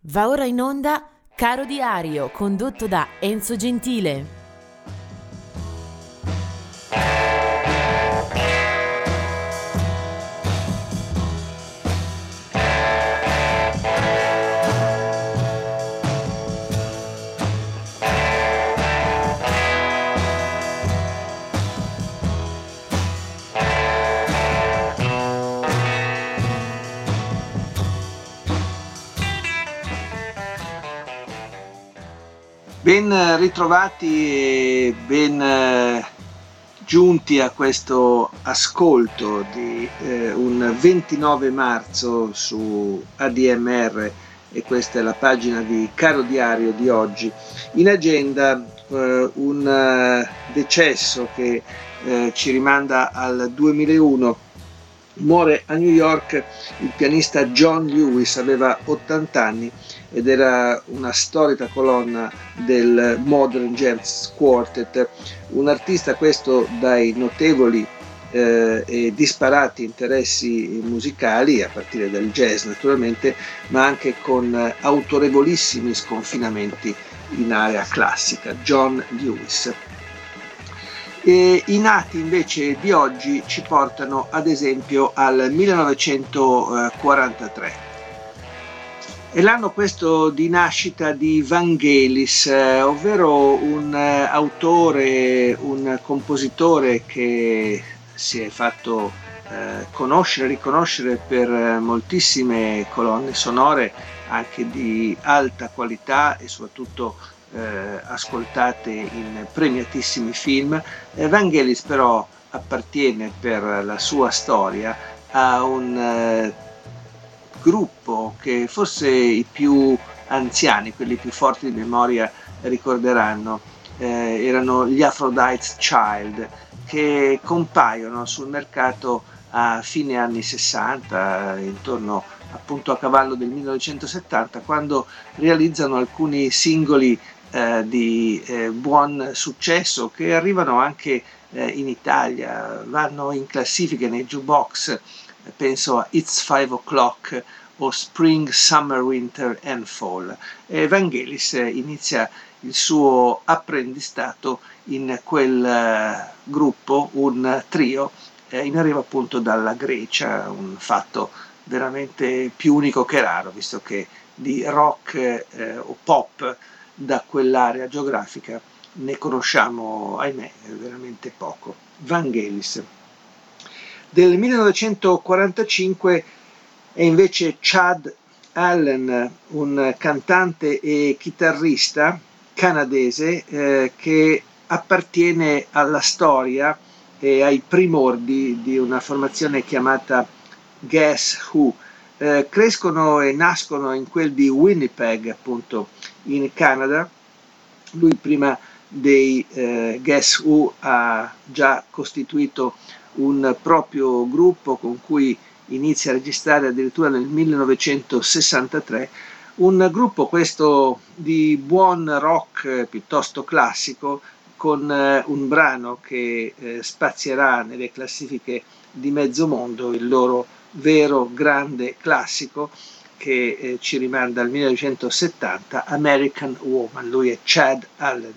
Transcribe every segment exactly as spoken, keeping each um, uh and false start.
Va ora in onda Caro Diario, condotto da Enzo Gentile. Ben ritrovati e ben giunti a questo ascolto di eh, un ventinove marzo su A D M R, e questa è la pagina di Caro Diario di oggi. In agenda eh, un uh, decesso che eh, ci rimanda al duemilauno. Muore a New York il pianista John Lewis, aveva ottanta anni ed era una storica colonna del Modern Jazz Quartet, un artista questo dai notevoli eh, e disparati interessi musicali, a partire dal jazz naturalmente, ma anche con autorevolissimi sconfinamenti in area classica. John Lewis. E i nati invece di oggi ci portano ad esempio al millenovecentoquarantatré. È l'anno questo di nascita di Vangelis, eh, ovvero un eh, autore, un compositore che si è fatto eh, conoscere, riconoscere per moltissime colonne sonore, anche di alta qualità e soprattutto eh, ascoltate in premiatissimi film. Eh, Vangelis però appartiene per la sua storia a un eh, gruppo che forse i più anziani, quelli più forti di memoria, ricorderanno. Eh, erano gli Aphrodite's Child, che compaiono sul mercato a fine anni sessanta, intorno appunto a cavallo del millenovecentosettanta, quando realizzano alcuni singoli eh, di eh, buon successo che arrivano anche eh, in Italia, vanno in classifiche nei jukebox. Penso a It's Five O'Clock o Spring, Summer, Winter and Fall. E Vangelis inizia il suo apprendistato in quel uh, gruppo, un trio, eh, in arrivo appunto dalla Grecia, un fatto veramente più unico che raro, visto che di rock eh, o pop da quell'area geografica ne conosciamo, ahimè, veramente poco. Vangelis. Del millenovecentoquarantacinque è invece Chad Allen, un cantante e chitarrista canadese eh, che appartiene alla storia e ai primordi di una formazione chiamata Guess Who. Eh, crescono e nascono in quel di Winnipeg, appunto, in Canada. Lui prima dei eh, Guess Who ha già costituito un proprio gruppo con cui inizia a registrare addirittura nel millenovecentosessantatré, un gruppo questo di buon rock piuttosto classico, con eh, un brano che eh, spazierà nelle classifiche di mezzo mondo, il loro vero grande classico che eh, ci rimanda al millenovecentosettanta, American Woman. Lui è Chad Allen.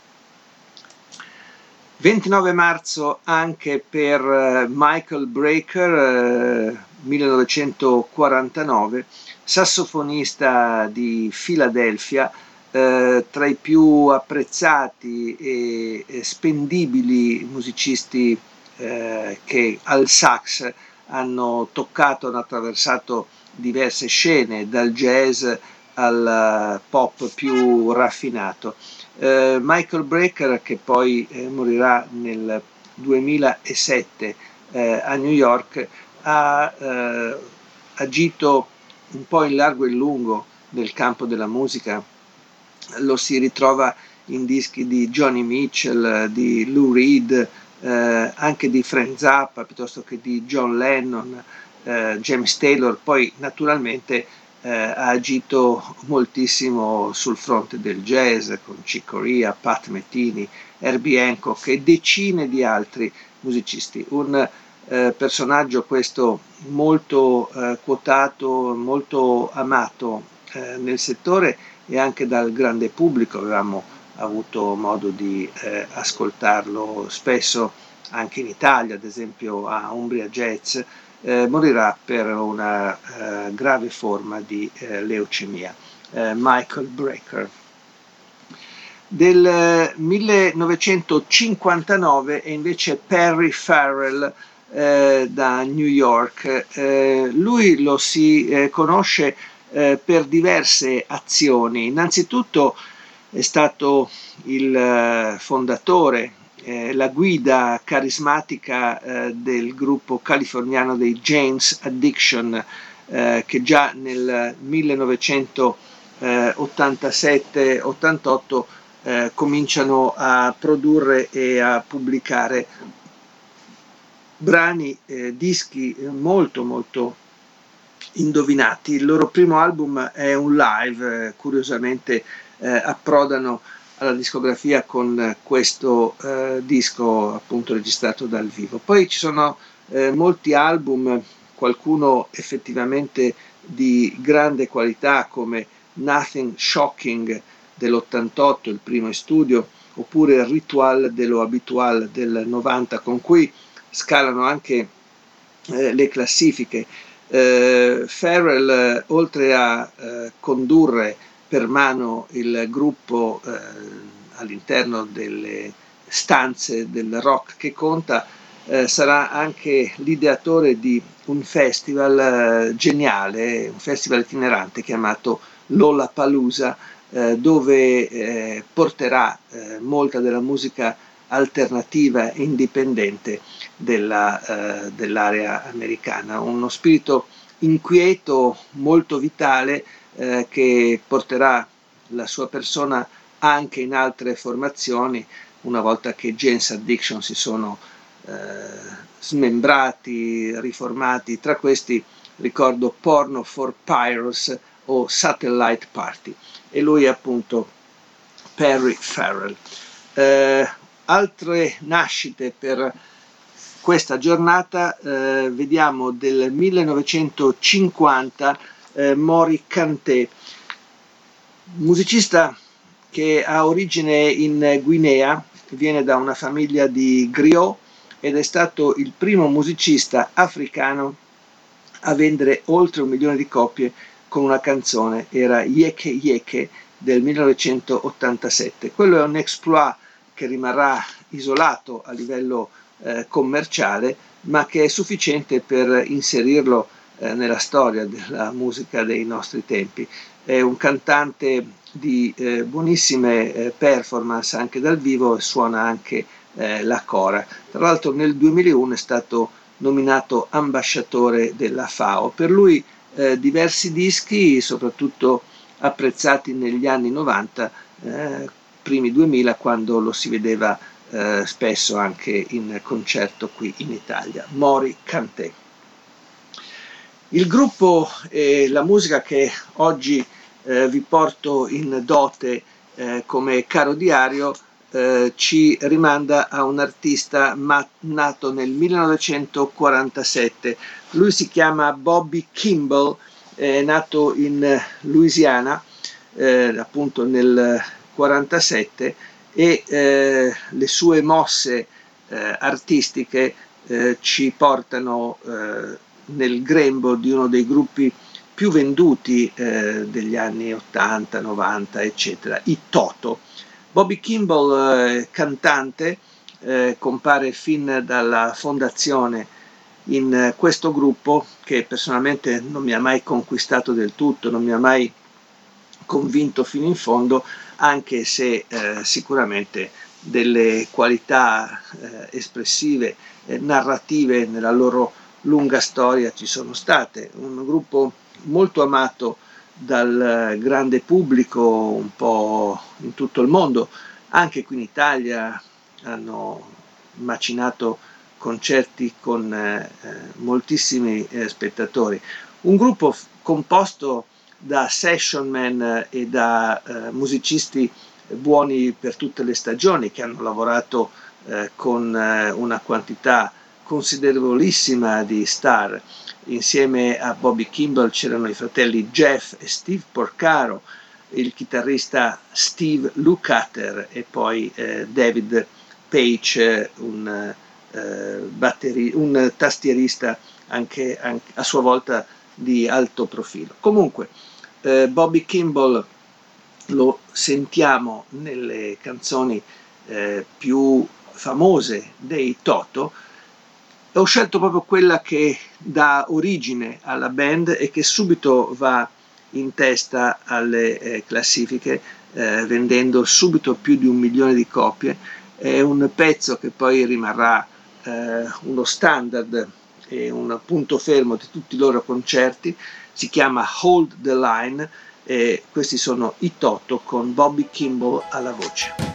ventinove marzo anche per Michael Brecker, eh, millenovecentoquarantanove, sassofonista di Filadelfia, eh, tra i più apprezzati e, e spendibili musicisti eh, che al sax hanno toccato, hanno attraversato diverse scene, dal jazz al pop più raffinato. Uh, Michael Brecker, che poi eh, morirà nel duemilasette eh, a New York, ha eh, agito un po' in largo e in lungo nel campo della musica. Lo si ritrova in dischi di Joni Mitchell, di Lou Reed, eh, anche di Frank Zappa, piuttosto che di John Lennon, eh, James Taylor. Poi naturalmente Eh, ha agito moltissimo sul fronte del jazz con Chick Corea, Pat Metheny, Herbie Hancock e decine di altri musicisti. Un eh, personaggio questo molto eh, quotato, molto amato eh, nel settore e anche dal grande pubblico. Avevamo avuto modo di eh, ascoltarlo spesso anche in Italia, ad esempio a Umbria Jazz. Eh, morirà per una eh, grave forma di eh, leucemia. Eh, Michael Brecker. Del millenovecentocinquantanove è invece Perry Farrell eh, da New York. Eh, lui lo si eh, conosce eh, per diverse azioni. Innanzitutto è stato il eh, fondatore, eh, la guida carismatica eh, del gruppo californiano dei Jane's Addiction, eh, che già nel millenovecentottantasette ottantotto eh, cominciano a produrre e a pubblicare brani, eh, dischi molto molto indovinati. Il loro primo album è un live, eh, curiosamente eh, approdano alla discografia con questo eh, disco appunto registrato dal vivo. Poi ci sono eh, molti album, qualcuno effettivamente di grande qualità come Nothing Shocking dell'ottantotto, il primo in studio, oppure Ritual dello Habitual del novanta, con cui scalano anche eh, le classifiche. Eh, Farrell, oltre a eh, condurre per mano il gruppo eh, all'interno delle stanze del rock che conta, eh, sarà anche l'ideatore di un festival eh, geniale, un festival itinerante chiamato Lollapalooza, eh, dove eh, porterà eh, molta della musica alternativa e indipendente della, eh, dell'area americana. Uno spirito inquieto, molto vitale, eh, che porterà la sua persona anche in altre formazioni una volta che Jane's Addiction si sono eh, smembrati, riformati. Tra questi ricordo Porno for Pyros o Satellite Party, e lui è appunto Perry Farrell. Eh, altre nascite per questa giornata, eh, vediamo del millenovecentocinquanta eh, Maury Kanté, musicista che ha origine in Guinea, viene da una famiglia di griot ed è stato il primo musicista africano a vendere oltre un milione di copie con una canzone, era Yeke Yeke del millenovecentottantasette. Quello è un exploit che rimarrà isolato a livello eh, commerciale, ma che è sufficiente per inserirlo eh, nella storia della musica dei nostri tempi. È un cantante di eh, buonissime eh, performance anche dal vivo e suona anche eh, la cora. Tra l'altro nel duemilauno è stato nominato ambasciatore della FAO. Per lui eh, diversi dischi, soprattutto apprezzati negli anni novanta, eh, primi duemila, quando lo si vedeva eh, spesso anche in concerto qui in Italia. Maury Kanté. Il gruppo e la musica che oggi eh, vi porto in dote eh, come caro diario eh, ci rimanda a un artista ma- nato nel millenovecentoquarantasette. Lui si chiama Bobby Kimball, è nato in Louisiana eh, appunto nel quarantasette, e eh, le sue mosse eh, artistiche eh, ci portano eh, nel grembo di uno dei gruppi più venduti eh, degli anni ottanta, novanta, eccetera, i Toto. Bobby Kimball, eh, cantante, eh, compare fin dalla fondazione in eh, questo gruppo che personalmente non mi ha mai conquistato del tutto, non mi ha mai convinto fino in fondo, anche se eh, sicuramente delle qualità eh, espressive e narrative nella loro lunga storia ci sono state. Un gruppo molto amato dal grande pubblico un po' in tutto il mondo, anche qui in Italia hanno macinato concerti con eh, moltissimi eh, spettatori. Un gruppo f- composto da session man e da eh, musicisti buoni per tutte le stagioni, che hanno lavorato eh, con eh, una quantità considerevolissima di star. insieme a Bobby Kimball c'erano i fratelli Jeff e Steve Porcaro, il chitarrista Steve Lukather e poi eh, David Page, un, eh, batteri- un tastierista anche, anche a sua volta di alto profilo. Comunque eh, Bobby Kimball lo sentiamo nelle canzoni eh, più famose dei Toto. Ho scelto proprio quella che dà origine alla band e che subito va in testa alle eh, classifiche, eh, vendendo subito più di un milione di copie. È un pezzo che poi rimarrà eh, uno standard e un punto fermo di tutti i loro concerti. Si chiama Hold the Line e questi sono i Toto con Bobby Kimball alla voce.